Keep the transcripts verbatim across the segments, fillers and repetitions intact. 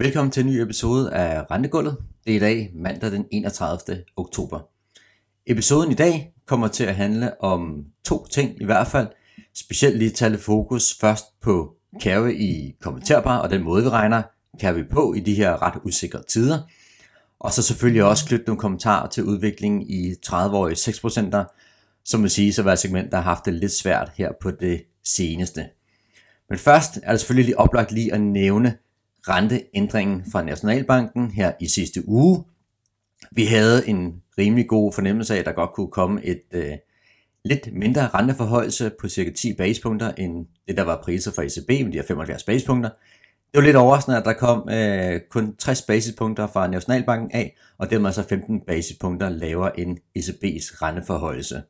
Velkommen til en ny episode af Rentegulvet. Det er i dag mandag den enogtredivte oktober. Episoden i dag kommer til at handle om to ting i hvert fald. Specielt lige tage lidt fokus først på Carry i kommenterbar og den måde vi regner Carry på i de her ret usikre tider. Og så selvfølgelig også knytte nogle kommentarer til udviklingen i tredive-årige seks procenter, som må sige så være et segment, der har haft det lidt svært her på det seneste. Men først er det selvfølgelig lige oplagt lige at nævne renteændringen fra Nationalbanken her i sidste uge. Vi havde en rimelig god fornemmelse af, at der godt kunne komme et øh, lidt mindre renteforhøjelse på cirka ti basispunkter end det, der var priser fra E C B med de her femoghalvfjerds basispunkter. Det var lidt overraskende, at der kom øh, kun tres basispunkter fra Nationalbanken af, og dermed altså femten basispunkter lavere end E C B's renteforhøjelse.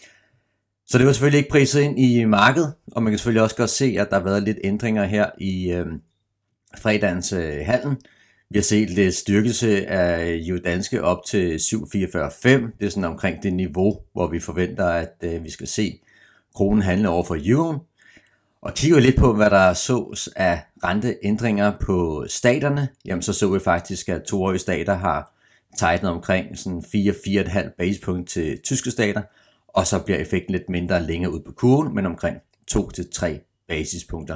Så det var selvfølgelig ikke priset ind i markedet, og man kan selvfølgelig også godt se, at der har været lidt ændringer her i øh, fredagens øh, handel. Vi har set lidt styrkelse af euro danske op til syv komma fireogfyrre komma fem. Det er sådan omkring det niveau, hvor vi forventer, at øh, vi skal se kronen handle over for euro. Og kigger vi lidt på, hvad der sås af renteændringer på staterne, jamen så så vi faktisk, at toårige stater har tegnet omkring sådan fire til fire komma fem basispunkt til tyske stater, og så bliver effekten lidt mindre længere ud på kurven, men omkring to til tre basispunkter.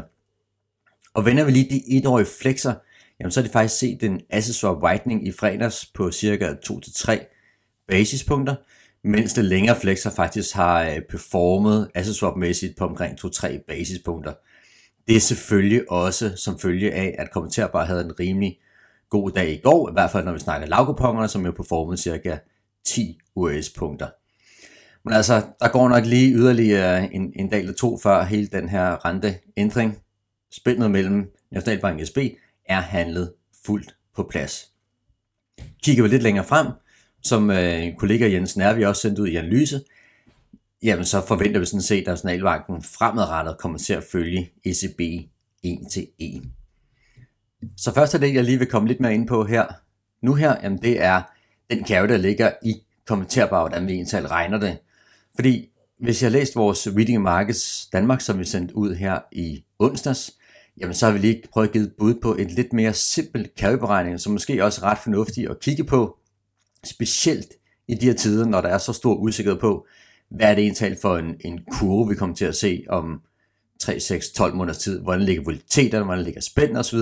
Og vender vi lige de etårige flexer, jamen så har de faktisk set en asset swap widening i fredags på cirka to til tre basispunkter, mens det længere flexer faktisk har performet asset swap-mæssigt på omkring to til tre basispunkter. Det er selvfølgelig også som følge af, at kommenterbar havde en rimelig god dag i går, i hvert fald når vi snakker lavkuponerne, som jo performede cirka ti U S-punkter. Men altså, der går nok lige yderligere en, en dag eller to før hele den her renteændring. Spændet mellem Nationalbanken og S B er handlet fuldt på plads. Kigger vi lidt længere frem, som øh, kollega Jens Nærvi også sendt ud i analyse, jamen så forventer vi sådan set, at Nationalbanken fremadrettet kommer til at følge E C B en til en. Så først er det, jeg lige vil komme lidt mere ind på her, nu her, jamen det er den carry, der ligger i kommenterbar, hvordan vi egentlig regner det. Fordi hvis jeg har læst vores Reading Markets Danmark, som vi sendte ud her i onsdags, jamen så har vi lige prøvet at give et bud på et lidt mere simpelt carryberegning, som måske også er ret fornuftigt at kigge på, specielt i de her tider, når der er så stor usikkerhed på, hvad er det egentlig for en, en kurve, vi kommer til at se om tre, seks, tolv måneders tid, hvordan ligger volatiliteten, hvordan ligger spænden osv.,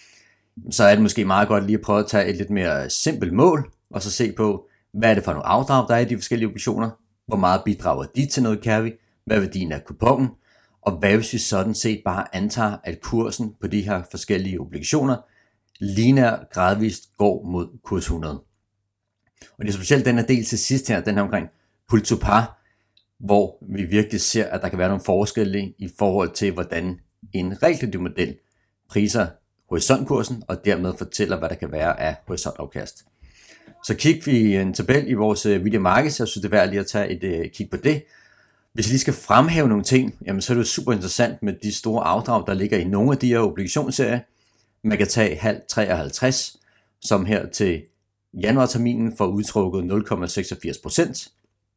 så er det måske meget godt lige at prøve at tage et lidt mere simpelt mål, og så se på, hvad er det for nogle afdrag, der er i de forskellige obligationer, hvor meget bidrager de til noget carry, hvad er værdien af kuponen, og hvad hvis vi sådan set bare antager, at kursen på de her forskellige obligationer lineært gradvist går mod kurs hundrede. Og det er specielt den her del til sidst her, den her omkring pull to par, hvor vi virkelig ser, at der kan være nogle forskelle i forhold til, hvordan en realkreditmodel priser horisontkursen, og dermed fortæller, hvad der kan være af horisontafkast. Så kigger vi en tabel i vores video markeds, jeg synes det er værd lige at tage et uh, kig på det. Hvis vi lige skal fremhæve nogle ting, jamen så er det jo super interessant med de store afdrag, der ligger i nogle af de her obligationsserier. Man kan tage halv treoghalvtreds, som her til januarterminen får udtrukket nul komma seksogfirs procent.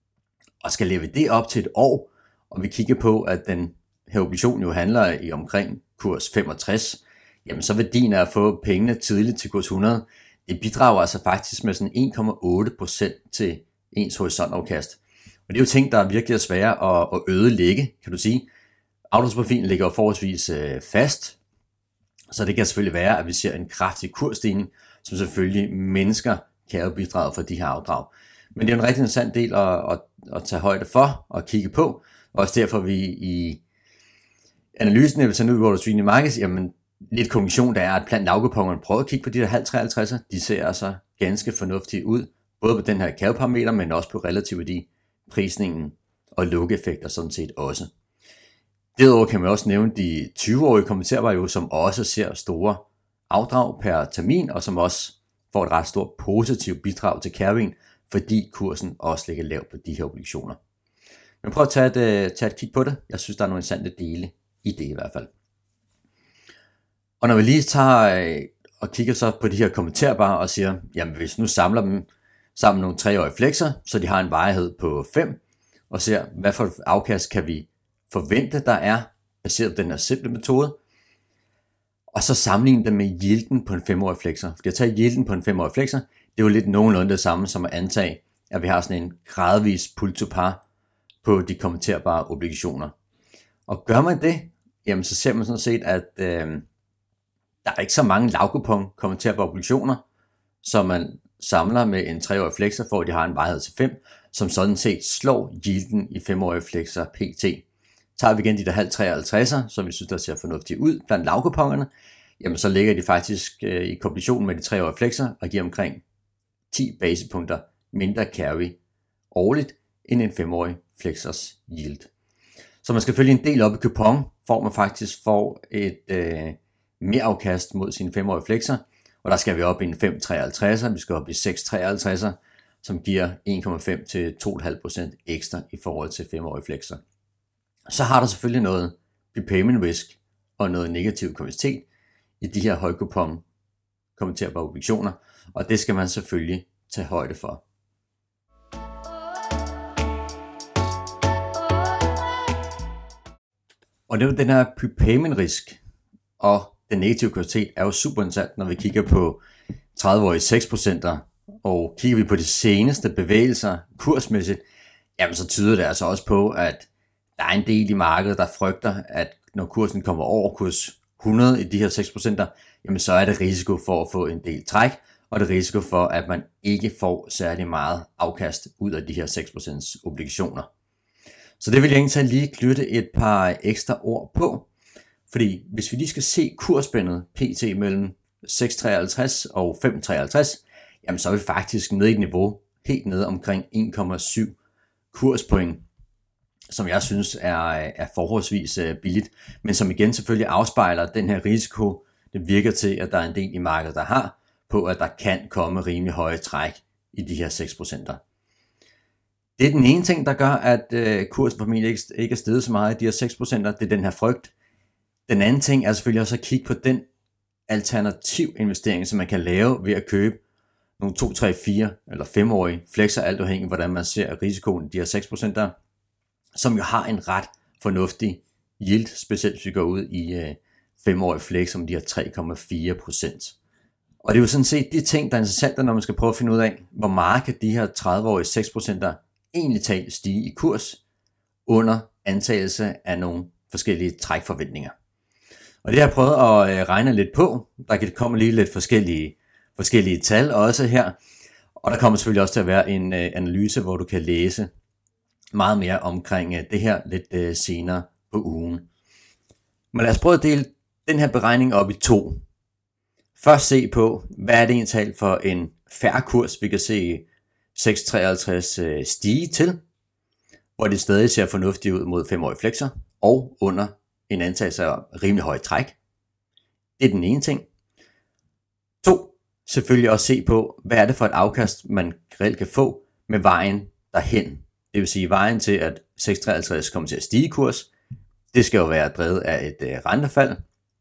Og skal leve det op til et år, og vi kigger på, at den her obligation jo handler i omkring kurs femogtres, jamen så værdien af at få pengene tidligt til kurs hundrede, det bidrager altså faktisk med sådan en komma otte procent til ens horisontafkast. Og det er jo ting, der virkelig er svære at, at ødelægge, kan du sige. Afdragsprofilen ligger jo forholdsvis øh, fast, så det kan selvfølgelig være, at vi ser en kraftig kursstigning, som selvfølgelig mindsker carrybidraget for de her afdrag. Men det er en rigtig interessant del at, at, at tage højde for og kigge på. Også derfor vi i analysen, jeg vil tage nu i vores Reading Markets, jamen lidt konklusion, der er, at blandt lavkuponerne prøver at kigge på de der halv treoghalvtredser. De ser altså ganske fornuftige ud, både på den her carryparameter, men også på relativ værdi, prisningen og lukkeeffekter sådan set også. Derudover kan man også nævne de tyve-årige kommenterbare jo, som også ser store afdrag per termin, og som også får et ret stort positivt bidrag til carryen, fordi kursen også ligger lavt på de her obligationer. Men prøv at tage et, tage et kig på det. Jeg synes, der er nogle interessante dele i det i hvert fald. Og når vi lige tager og kigger så på de her kommenterbare og siger, jamen hvis nu samler dem sammen nogle treårige flexer, så de har en varighed på fem, og ser, hvad for afkast kan vi forvente, der er, baseret på den her simple metode. og så sammenligne det med yielden på en femårig flexer. Fordi at tage yielden på en femårig flexer, det er jo lidt nogenlunde det samme som at antage, at vi har sådan en gradvis pull to par på de konverterbare obligationer. Og gør man det, jamen så ser man sådan set, at øh, der er ikke så mange lavkupon konverterbare obligationer, som man samler med en treårig flexer, for at de har en varighed til fem, som sådan set slår yielden i femårige flexer pt. Tager vi igen de der halv treoghalvtredser, som vi synes, der ser fornuftigt ud blandt lavkuponerne, jamen så ligger de faktisk øh, i kombination med de treårige flexer og giver omkring ti basispunkter mindre carry årligt end en femårig flexers yield. Så man skal følge en del op i kupon, for man faktisk får et øh, mere afkast mod sine femårige flexer, og der skal vi op i en fem komma treoghalvtreds, vi skal op i seks komma treoghalvtreds, som giver en komma fem til to komma fem procent ekstra i forhold til femårige flexer. Så har der selvfølgelig noget prepayment risk og noget negativ konvektivitet i de her højkupon konverterbare obligationer, og det skal man selvfølgelig tage højde for. Og det er den her prepayment risk og den negative konvektivitet er jo super interessant, når vi kigger på tredive-årige seks procenter, og kigger vi på de seneste bevægelser kursmæssigt, jamen så tyder det altså også på, at der er en del i markedet, der frygter, at når kursen kommer over kurs hundrede i de her seks procenter, jamen så er det risiko for at få en del træk, og det er risiko for, at man ikke får særlig meget afkast ud af de her seks procent obligationer. Så det vil jeg egentlig lige knytte et par ekstra ord på, fordi hvis vi lige skal se kursspændet pt. Mellem seks komma treoghalvtreds og fem komma treoghalvtreds, jamen så er vi faktisk nede i et niveau helt nede omkring en komma syv kurspoint, som jeg synes er, er forholdsvis billigt, men som igen selvfølgelig afspejler den her risiko. Det virker til, at der er en del i markedet, der har på, at der kan komme rimelig høje træk i de her seks procenter. Det er den ene ting, der gør, at øh, kursen formentlig ikke, ikke er steget så meget i de her seks procenter. Det er den her frygt. Den anden ting er selvfølgelig også at kigge på den alternativ investering, som man kan lave ved at købe nogle to, tre, fire eller fem-årige flexer, alt afhængig af hvordan man ser risikoen i de her seks procenter, som jo har en ret fornuftig yield, specielt hvis vi går ud i øh, fem-årige flex, som de har tre komma fire procent. Og det er jo sådan set de ting, der er interessante, når man skal prøve at finde ud af, hvor meget kan de her tredive-årige seks procenter egentlig talt stige i kurs, under antagelse af nogle forskellige trækforventninger. Og det har jeg prøvet at regne lidt på. Der kan komme lige lidt forskellige, forskellige tal også her. Og der kommer selvfølgelig også til at være en analyse, hvor du kan læse meget mere omkring det her lidt senere på ugen. Men lad os prøve at dele den her beregning op i to. Først se på, hvad er det egentlig for en fair kurs, vi kan se seks komma treoghalvtreds stige til, hvor det stadig ser fornuftigt ud mod fem-årige flexer, og under en antagelse af rimelig højt træk. Det er den ene ting. To, selvfølgelig også se på, hvad er det for et afkast, man reelt kan få med vejen derhen. Det vil sige vejen til, at seks komma treoghalvtreds kommer til at stige i kurs. Det skal jo være drevet af et øh, rentefald.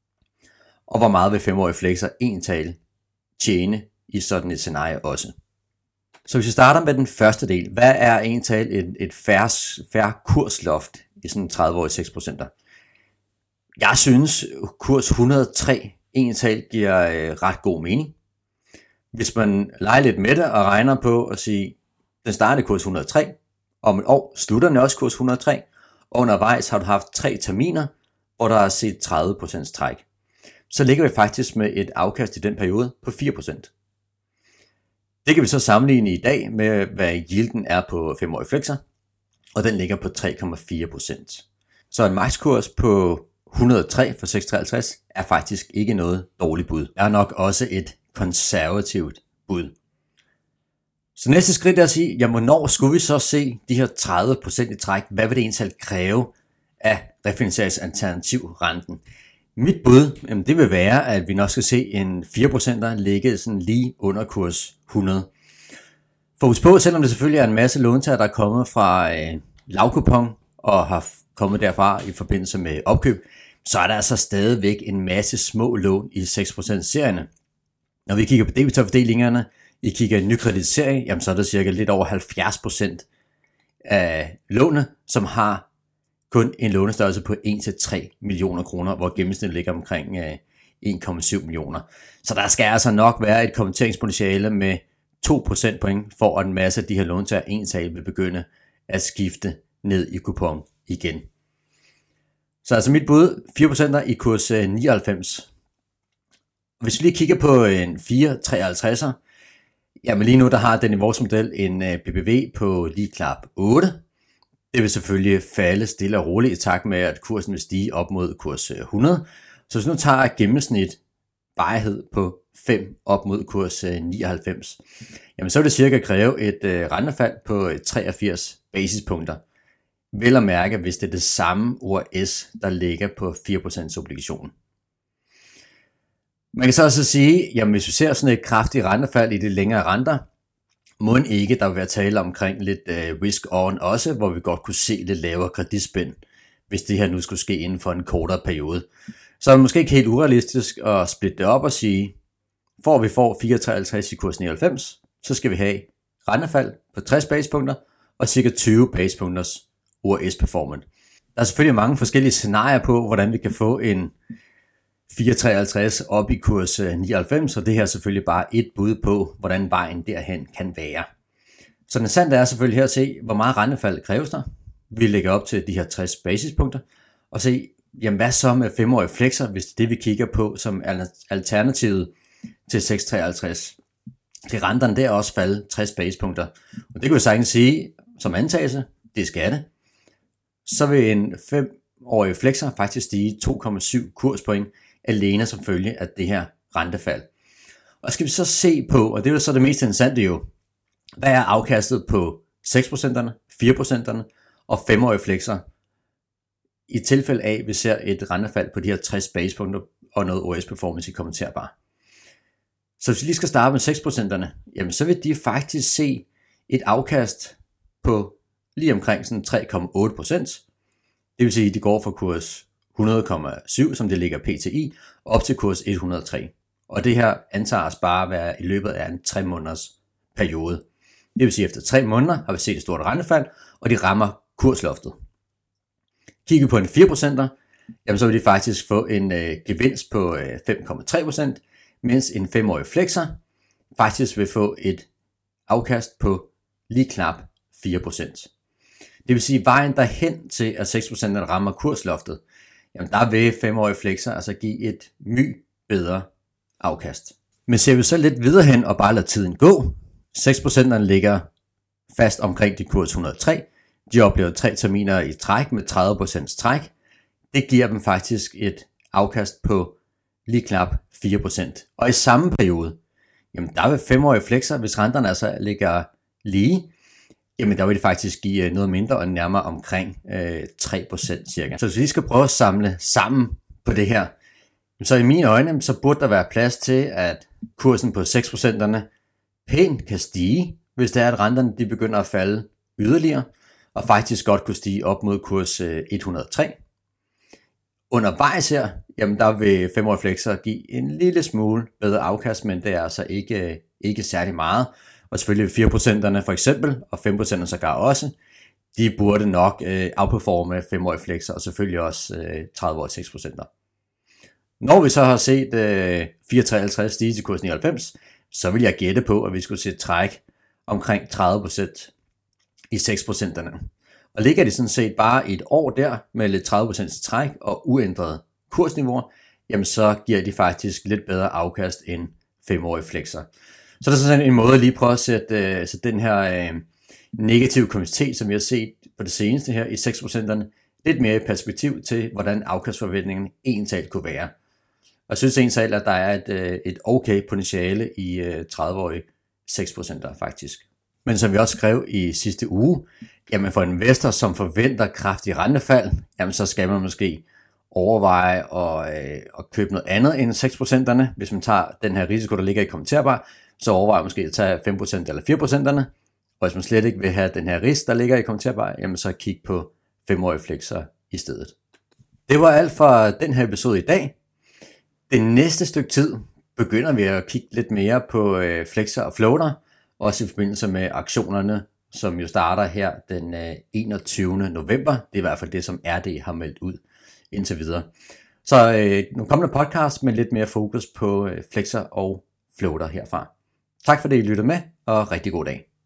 Og hvor meget vil fem-årige flexer ental tjene i sådan et scenarie også. Så hvis vi starter med den første del, hvad er ental et, et fair, fair kursloft i sådan en tredive-årig seks procenter? Jeg synes, kurs et hundrede og tre ental giver øh, ret god mening. Hvis man leger lidt med det og regner på at sige, den starter kurs et hundrede og tre, om et år slutter den også kurs et hundrede og tre, og undervejs har du haft tre terminer, hvor der er set tredive procent træk. Så ligger vi faktisk med et afkast i den periode på fire procent. Det kan vi så sammenligne i dag med, hvad yielden er på fem-årige flexer, og den ligger på tre komma fire procent. Så en makskurs på et hundrede og tre for seks komma treoghalvtreds er faktisk ikke noget dårligt bud. Det er nok også et konservativt bud. Så næste skridt er at sige, jamen hvornår skulle vi så se de her tredive procent i træk? Hvad vil det egentlig kræve af refinansieringsalternativ-renten? Mit bud, jamen det vil være, at vi nok skal se en fire procenter ligge sådan lige under kurs hundrede. For husk på, selvom det selvfølgelig er en masse låntager, der er kommet fra øh, lavkupon og har kommet derfra i forbindelse med opkøb, så er der altså stadigvæk en masse små lån i seks procent-serierne. Når vi kigger på debitorfordelingerne, I kigger i en ny kreditserie, jamen så er der cirka lidt over halvfjerds procent af lånene, som har kun en lånestørrelse på en til tre millioner kroner, hvor gennemsnittet ligger omkring en komma syv millioner. Så der skal altså nok være et konverteringspotentiale med to procentpoint for, at en masse af de her låntager enstal vil begynde at skifte ned i kupon igen. Så altså mit bud, fire procent i kurs nioghalvfems. Hvis vi lige kigger på en fire komma treoghalvtreds, jamen lige nu der har den i vores model en B B V på lige knap otte. Det vil selvfølgelig falde stille og roligt i takt med, at kursen vil stige op mod kurs hundrede. Så hvis nu tager gennemsnit varighed på fem op mod kurs nioghalvfems, jamen så vil det cirka kræve et rentefald på treogfirs basispunkter. Vel at mærke, hvis det er det samme O R S, der ligger på fire procent obligationen. Man kan så også sige, jamen hvis vi ser sådan et kraftigt rentefald i de længere renter, må ikke der vil være tale omkring lidt uh, risk on også, hvor vi godt kunne se lidt lavere kreditspænd, hvis det her nu skulle ske inden for en kortere periode. Så er det måske ikke helt urealistisk at splitte det op og sige, for vi får fire komma treoghalvtreds i kurs nioghalvfems, så skal vi have rentefald på tres basispunkter og cirka tyve basispunkters O R S performance. Der er selvfølgelig mange forskellige scenarier på, hvordan vi kan få en fire komma treoghalvtreds op i kurs nioghalvfems, og det her er selvfølgelig bare et bud på, hvordan vejen derhen kan være. Så det sande er selvfølgelig her at se, hvor meget rentefald kræves der. Vi lægger op til de her tres basispunkter, og se, jamen hvad så med femårige flexer, hvis det er det, vi kigger på som alternativet til seks komma treoghalvtreds. Til renterne der også falde tres basispunkter. Og det kan vi sagtens sige, som antagelse, det skal det. Så vil en femårig flexer faktisk stige to komma syv kurspoint, alene som følge af det her rentefald. Og skal vi så se på, og det er så det mest interessante jo, hvad er afkastet på seks procent, fire procent og femårige flexer, i tilfælde af, at vi ser et rentefald på de her tres basispunkter og noget O R S performance i kommenterbar. Så hvis vi lige skal starte med seks procent, jamen så vil de faktisk se et afkast på lige omkring sådan tre komma otte procent. Det vil sige, at de går fra kurs hundrede komma syv, som det ligger P T I, op til kurs et hundrede og tre. Og det her antager os bare at være i løbet af en tre måneders periode. Det vil sige, at efter tre måneder har vi set et stort rentefald, og de rammer kursloftet. Kigger vi på en fire procent, jamen så vil de faktisk få en øh, gevinst på øh, fem komma tre procent, mens en femårig flexer faktisk vil få et afkast på lige knap fire procent. Det vil sige, at vejen derhen til, at seks procent rammer kursloftet, jamen der vil femårige flexer altså give et my bedre afkast. Men ser vi så lidt videre hen og bare lader tiden gå, seks procent ligger fast omkring de kurs et hundrede og tre, de oplever tre terminer i træk med tredive procent træk, det giver dem faktisk et afkast på lige knap fire procent. Og i samme periode, jamen der vil femårige flexer, hvis renterne altså ligger lige, jamen der vil det faktisk give noget mindre og nærmere omkring øh, tre procent cirka. Så hvis vi skal prøve at samle sammen på det her, så i mine øjne, så burde der være plads til, at kursen på seks procent pænt kan stige, hvis det er, at renterne de begynder at falde yderligere, og faktisk godt kunne stige op mod kurs et hundrede og tre. Undervejs her, jamen der vil femårige flexer give en lille smule bedre afkast, men det er altså ikke, ikke særlig meget. Og selvfølgelig fire procent for eksempel, og fem procent sågar også, de burde nok øh, outperforme femårige flexer, og selvfølgelig også øh, tredive år seks procent. Når vi så har set øh, fire komma treoghalvtreds stige til kurs nioghalvfems, så vil jeg gætte på, at vi skulle se træk omkring tredive procent i seks procent. Og ligger de sådan set bare i et år der med lidt tredive procent træk og uændrede kursniveauer, jamen så giver de faktisk lidt bedre afkast end femårige flexer. Så der er sådan en måde lige prøve at sætte, uh, sætte den her uh, negative konvektivitet, som vi har set på det seneste her i seks procent, lidt mere i perspektiv til, hvordan afkastforventningen egentlig kunne være. Og jeg synes egentlig, at der er et, uh, et okay potentiale i uh, tredive-årige seks procent faktisk. Men som vi også skrev i sidste uge, jamen for investor, som forventer kraftig rentefald, jamen så skal man måske overveje at, øh, at købe noget andet end seks procent. Hvis man tager den her risiko, der ligger i kommenterbar, så overvejer man måske at tage fem procent eller fire procent. Og hvis man slet ikke vil have den her risk, der ligger i kommenterbar, jamen så kig på femårige flexer i stedet. Det var alt for den her episode i dag. Det næste stykke tid begynder vi at kigge lidt mere på øh, flexer og floater, også i forbindelse med aktionerne, som jo starter her den enogtyvende november. Det er i hvert fald det, som R D har meldt ud indtil videre. Så øh, nogle kommende podcast med lidt mere fokus på øh, flexer og floater herfra. Tak fordi I lyttede med, og rigtig god dag.